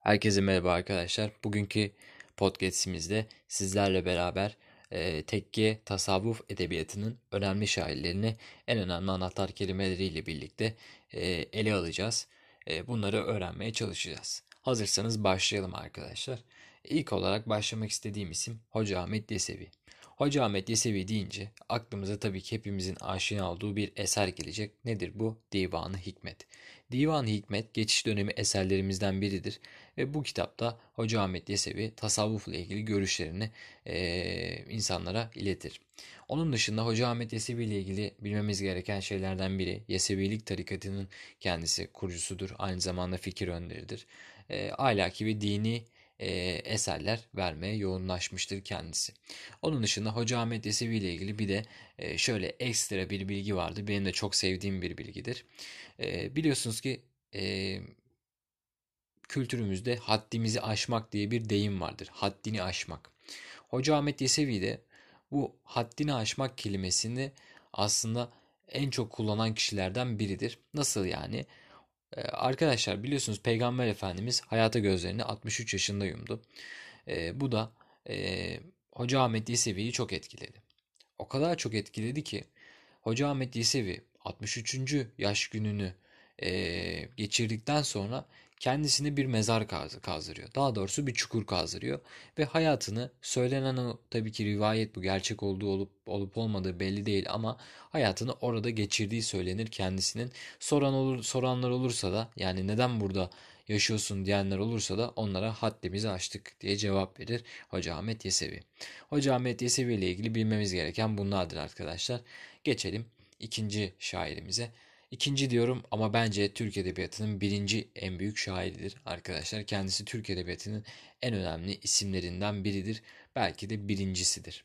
Herkese merhaba arkadaşlar. Bugünkü podcast'imizde sizlerle beraber tekke tasavvuf edebiyatının önemli şairlerini en önemli anahtar kelimeleriyle birlikte ele alacağız. Bunları öğrenmeye çalışacağız. Hazırsanız başlayalım arkadaşlar. İlk olarak başlamak istediğim isim Hoca Ahmet Yesevi. Hoca Ahmet Yesevi deyince aklımıza tabii ki hepimizin aşina olduğu bir eser gelecek. Nedir bu? Divan-ı Hikmet. Divan-ı Hikmet geçiş dönemi eserlerimizden biridir. Ve bu kitapta Hoca Ahmet Yesevi tasavvufla ilgili görüşlerini insanlara iletir. Onun dışında Hoca Ahmet Yesevi ile ilgili bilmemiz gereken şeylerden biri Yesevilik tarikatının kendisi kurucusudur. Aynı zamanda fikir önderidir. Ahlaki ve dini eserler vermeye yoğunlaşmıştır kendisi. Onun dışında Hoca Ahmet Yesevi ile ilgili bir de şöyle ekstra bir bilgi vardı. Benim de çok sevdiğim bir bilgidir. Biliyorsunuz ki kültürümüzde haddimizi aşmak diye bir deyim vardır. Haddini aşmak. Hoca Ahmet Yesevi de bu haddini aşmak kelimesini aslında en çok kullanan kişilerden biridir. Nasıl yani? Arkadaşlar biliyorsunuz Peygamber Efendimiz hayata gözlerini 63 yaşında yumdu. Bu da e, Hoca Ahmet Yesevi'yi çok etkiledi. O kadar çok etkiledi ki Hoca Ahmet Yesevi 63. yaş gününü geçirdikten sonra kendisine bir mezar kazdırıyor. Daha doğrusu bir çukur kazdırıyor ve hayatını söylenen o tabii ki rivayet bu gerçek olduğu olup olmadığı belli değil ama hayatını orada geçirdiği söylenir kendisinin. Soranlar olursa da yani neden burada yaşıyorsun diyenler olursa da onlara haddimizi aştık diye cevap verir Hoca Ahmet Yesevi. Hoca Ahmet Yesevi ile ilgili bilmemiz gereken bunlardır arkadaşlar. Geçelim ikinci şairimize. İkinci diyorum ama bence Türk Edebiyatı'nın birinci en büyük şairidir arkadaşlar. Kendisi Türk Edebiyatı'nın en önemli isimlerinden biridir. Belki de birincisidir.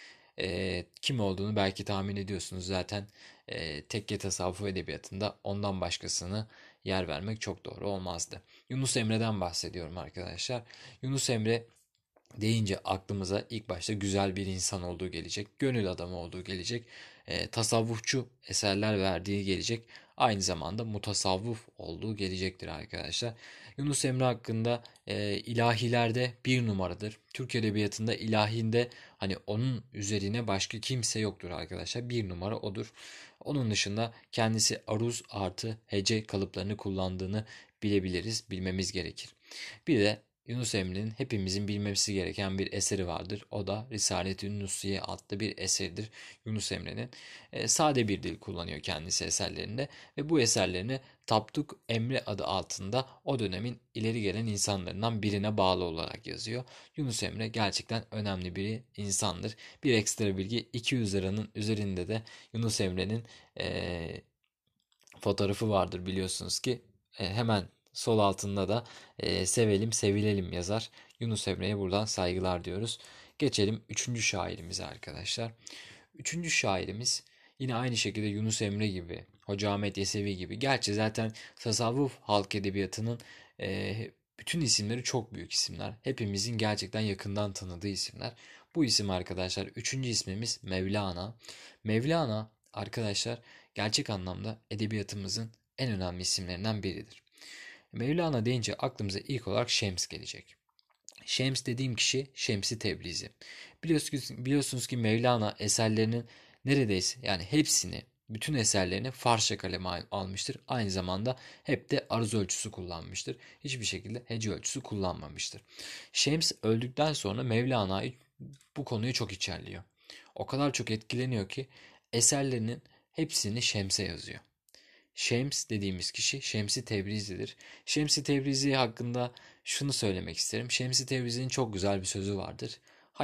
Kim olduğunu belki tahmin ediyorsunuz zaten. Tekke tasavvuf edebiyatında ondan başkasını yer vermek çok doğru olmazdı. Yunus Emre'den bahsediyorum arkadaşlar. Yunus Emre deyince aklımıza ilk başta güzel bir insan olduğu gelecek, gönül adamı olduğu gelecek, tasavvufçu eserler verdiği gelecek, aynı zamanda mutasavvuf olduğu gelecektir arkadaşlar. Yunus Emre hakkında ilahilerde bir numaradır. Türk Edebiyatı'nda ilahinde hani onun üzerine başka kimse yoktur arkadaşlar. Bir numara odur. Onun dışında kendisi aruz artı hece kalıplarını kullandığını bilmemiz gerekir. Bir de Yunus Emre'nin hepimizin bilmesi gereken bir eseri vardır. O da Risalet-i Nusiye adlı bir eseridir Yunus Emre'nin. Sade bir dil kullanıyor kendisi eserlerinde ve bu eserlerini Tapduk Emre adı altında o dönemin ileri gelen insanlarından birine bağlı olarak yazıyor. Yunus Emre gerçekten önemli bir insandır. Bir ekstra bilgi 200 liranın üzerinde de Yunus Emre'nin e, fotoğrafı vardır biliyorsunuz ki. Hemen sol altında da sevelim sevilelim yazar. Yunus Emre'ye buradan saygılar diyoruz. Geçelim üçüncü şairimize arkadaşlar. Üçüncü şairimiz yine aynı şekilde Yunus Emre gibi, Hoca Ahmet Yesevi gibi. Gerçi zaten tasavvuf halk edebiyatının bütün isimleri çok büyük isimler. Hepimizin gerçekten yakından tanıdığı isimler. Bu isim arkadaşlar üçüncü ismimiz Mevlana. Mevlana arkadaşlar gerçek anlamda edebiyatımızın en önemli isimlerinden biridir. Mevlana deyince aklımıza ilk olarak Şems gelecek. Şems dediğim kişi Şems-i Tebrizi. Biliyorsunuz ki Mevlana eserlerinin neredeyse yani hepsini, bütün eserlerini Farsça kaleme almıştır. Aynı zamanda hep de aruz ölçüsü kullanmıştır. Hiçbir şekilde hece ölçüsü kullanmamıştır. Şems öldükten sonra Mevlana bu konuyu çok içerliyor. O kadar çok etkileniyor ki eserlerinin hepsini Şems'e yazıyor. Şems dediğimiz kişi Şems-i Tebrizi'dir. Şems-i Tebrizi hakkında şunu söylemek isterim. Şems-i Tebrizi'nin çok güzel bir sözü vardır.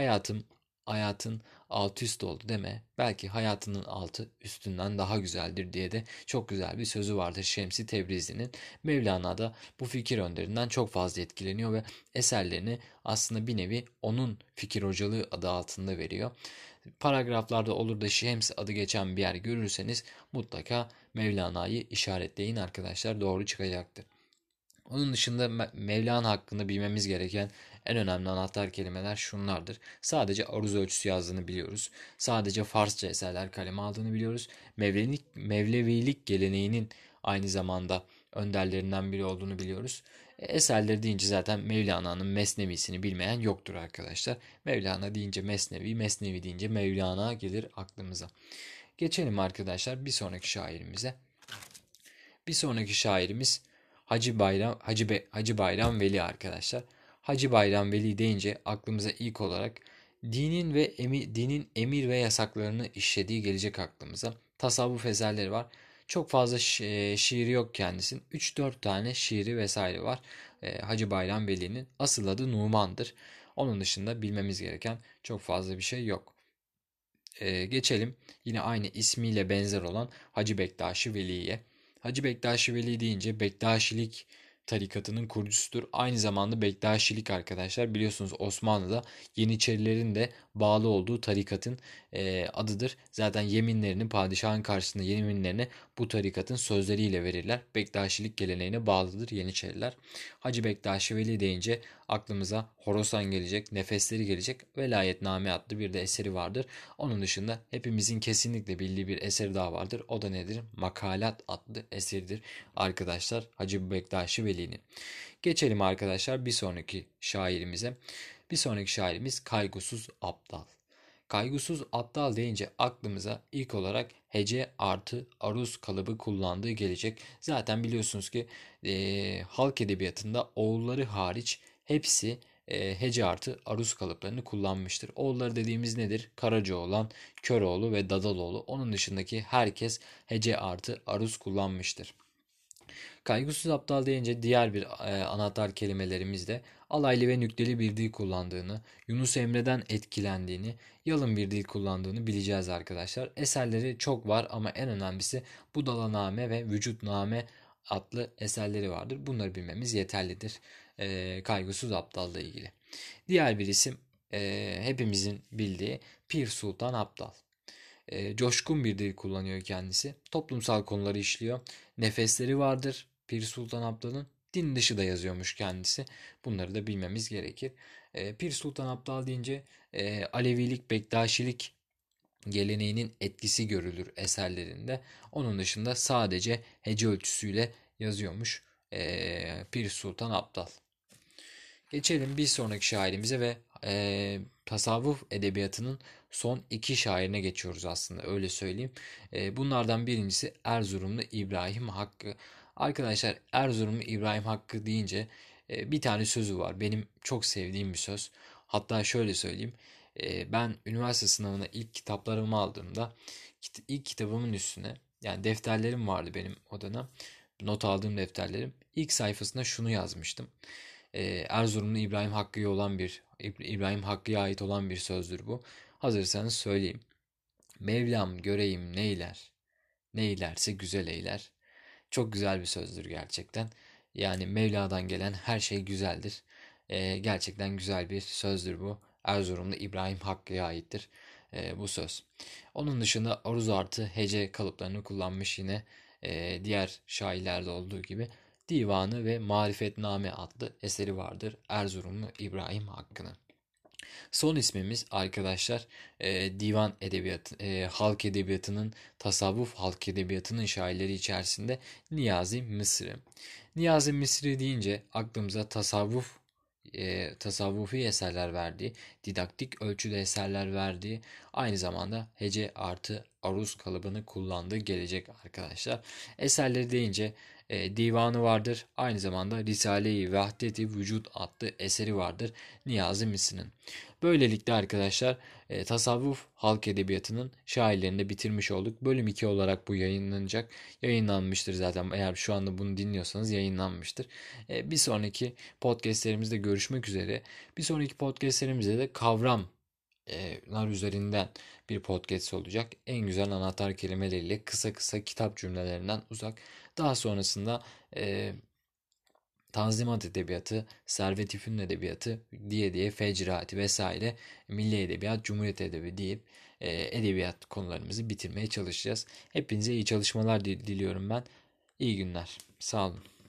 Hayatın altı üst oldu deme. Belki hayatının altı üstünden daha güzeldir diye de çok güzel bir sözü vardır Şems-i Tebrizi'nin. Mevlana da bu fikir önderinden çok fazla etkileniyor ve eserlerini aslında bir nevi onun fikir hocalığı adı altında veriyor. Paragraflarda olur da Şems adı geçen bir yer görürseniz mutlaka Mevlana'yı işaretleyin arkadaşlar, doğru çıkacaktır. Onun dışında Mevlana hakkında bilmemiz gereken en önemli anahtar kelimeler şunlardır. Sadece aruz ölçüsü yazdığını biliyoruz. Sadece Farsça eserler kaleme aldığını biliyoruz. Mevlevilik geleneğinin aynı zamanda önderlerinden biri olduğunu biliyoruz. Eserleri deyince zaten Mevlana'nın Mesnevisini bilmeyen yoktur arkadaşlar. Mevlana deyince Mesnevi, Mesnevi deyince Mevlana gelir aklımıza. Geçelim arkadaşlar bir sonraki şairimize. Bir sonraki şairimiz Hacı Bayram Veli arkadaşlar. Hacı Bayram Veli deyince aklımıza ilk olarak dinin emir ve yasaklarını işlediği gelecek aklımıza. Tasavvuf eserleri var. Çok fazla şiiri yok kendisinin. 3-4 tane şiiri vesaire var. Hacı Bayram Veli'nin asıl adı Numan'dır. Onun dışında bilmemiz gereken çok fazla bir şey yok. Geçelim yine aynı ismiyle benzer olan Hacı Bektaşi Veli'ye. Hacı Bektaşi Veli deyince Bektaşilik tarikatının kurucusudur. Aynı zamanda Bektaşilik arkadaşlar biliyorsunuz Osmanlı'da Yeniçerilerin de bağlı olduğu tarikatın adıdır. Zaten yeminlerini padişahın karşısında yeminlerini bu tarikatın sözleriyle verirler. Bektaşilik geleneğine bağlıdır Yeniçeriler. Hacı Bektaşi Veli deyince aklımıza Horasan gelecek, Nefesleri gelecek. Velayetname adlı bir de eseri vardır. Onun dışında hepimizin kesinlikle bildiği bir eser daha vardır. O da nedir? Makalat adlı eseridir arkadaşlar Hacı Bektaşi Veli'nin. Geçelim arkadaşlar bir sonraki şairimize. Bir sonraki şairimiz Kaygusuz Aptal. Kaygusuz aptal deyince aklımıza ilk olarak hece artı aruz kalıbı kullandığı gelecek. Zaten biliyorsunuz ki halk edebiyatında oğulları hariç hepsi hece artı aruz kalıplarını kullanmıştır. Oğulları dediğimiz nedir? Karacaoğlan, Köroğlu ve Dadaloğlu. Onun dışındaki herkes hece artı aruz kullanmıştır. Kaygısız aptal deyince diğer bir anahtar kelimelerimiz de alaylı ve nükteli bir dil kullandığını, Yunus Emre'den etkilendiğini, yalın bir dil kullandığını bileceğiz arkadaşlar. Eserleri çok var ama en önemlisi Budalaname ve Vücutname adlı eserleri vardır. Bunları bilmemiz yeterlidir. Kaygısız aptalla ilgili. Diğer bir isim hepimizin bildiği Pir Sultan Abdal. Coşkun bir dil kullanıyor kendisi. Toplumsal konuları işliyor. Nefesleri vardır Pir Sultan Abdal'ın. Din dışı da yazıyormuş kendisi. Bunları da bilmemiz gerekir. Pir Sultan Abdal deyince Alevilik, Bektaşilik geleneğinin etkisi görülür eserlerinde. Onun dışında sadece hece ölçüsüyle yazıyormuş Pir Sultan Abdal. Geçelim bir sonraki şairimize ve tasavvuf edebiyatının son iki şairine geçiyoruz aslında öyle söyleyeyim. Bunlardan birincisi Erzurumlu İbrahim Hakkı. Arkadaşlar Erzurumlu İbrahim Hakkı deyince bir tane sözü var. Benim çok sevdiğim bir söz. Hatta şöyle söyleyeyim. Ben üniversite sınavına ilk kitaplarımı aldığımda ilk kitabımın üstüne yani defterlerim vardı benim o dönem. Not aldığım defterlerim. İlk sayfasına şunu yazmıştım. Erzurumlu İbrahim Hakkı'ya ait olan bir sözdür bu. Hazırsanız söyleyeyim. Mevlam göreyim neyler, neylerse güzel eyler. Çok güzel bir sözdür gerçekten. Yani Mevla'dan gelen her şey güzeldir. Gerçekten güzel bir sözdür bu. Erzurumlu İbrahim Hakkı'ya aittir bu söz. Onun dışında aruz artı hece kalıplarını kullanmış yine diğer şairlerde olduğu gibi Divanı ve Marifetname adlı eseri vardır Erzurumlu İbrahim Hakkı'nın. Son ismimiz arkadaşlar divan edebiyatı, halk edebiyatının, tasavvuf halk edebiyatının şairleri içerisinde Niyazi Mısri. Niyazi Mısri deyince aklımıza tasavvufi eserler verdiği, didaktik ölçüde eserler verdiği, aynı zamanda hece artı aruz kalıbını kullandığı gelecek arkadaşlar. Eserleri deyince divanı vardır. Aynı zamanda Risale-i Vahdet-i Vücut adlı eseri vardır Niyazi Mısri'nin. Böylelikle arkadaşlar tasavvuf halk edebiyatının şairlerini de bitirmiş olduk. Bölüm 2 olarak bu yayınlanacak. Yayınlanmıştır zaten. Eğer şu anda bunu dinliyorsanız yayınlanmıştır. Bir sonraki podcastlerimizde görüşmek üzere. Bir sonraki podcastlerimizde de kavramlar üzerinden bir podcast olacak. En güzel anahtar kelimeleriyle kısa kısa kitap cümlelerinden uzak. Daha sonrasında Tanzimat Edebiyatı, Servet-i Fünun Edebiyatı diye Fecrati vesaire Milli Edebiyat, Cumhuriyet Edebi deyip edebiyat konularımızı bitirmeye çalışacağız. Hepinize iyi çalışmalar diliyorum ben. İyi günler. Sağ olun.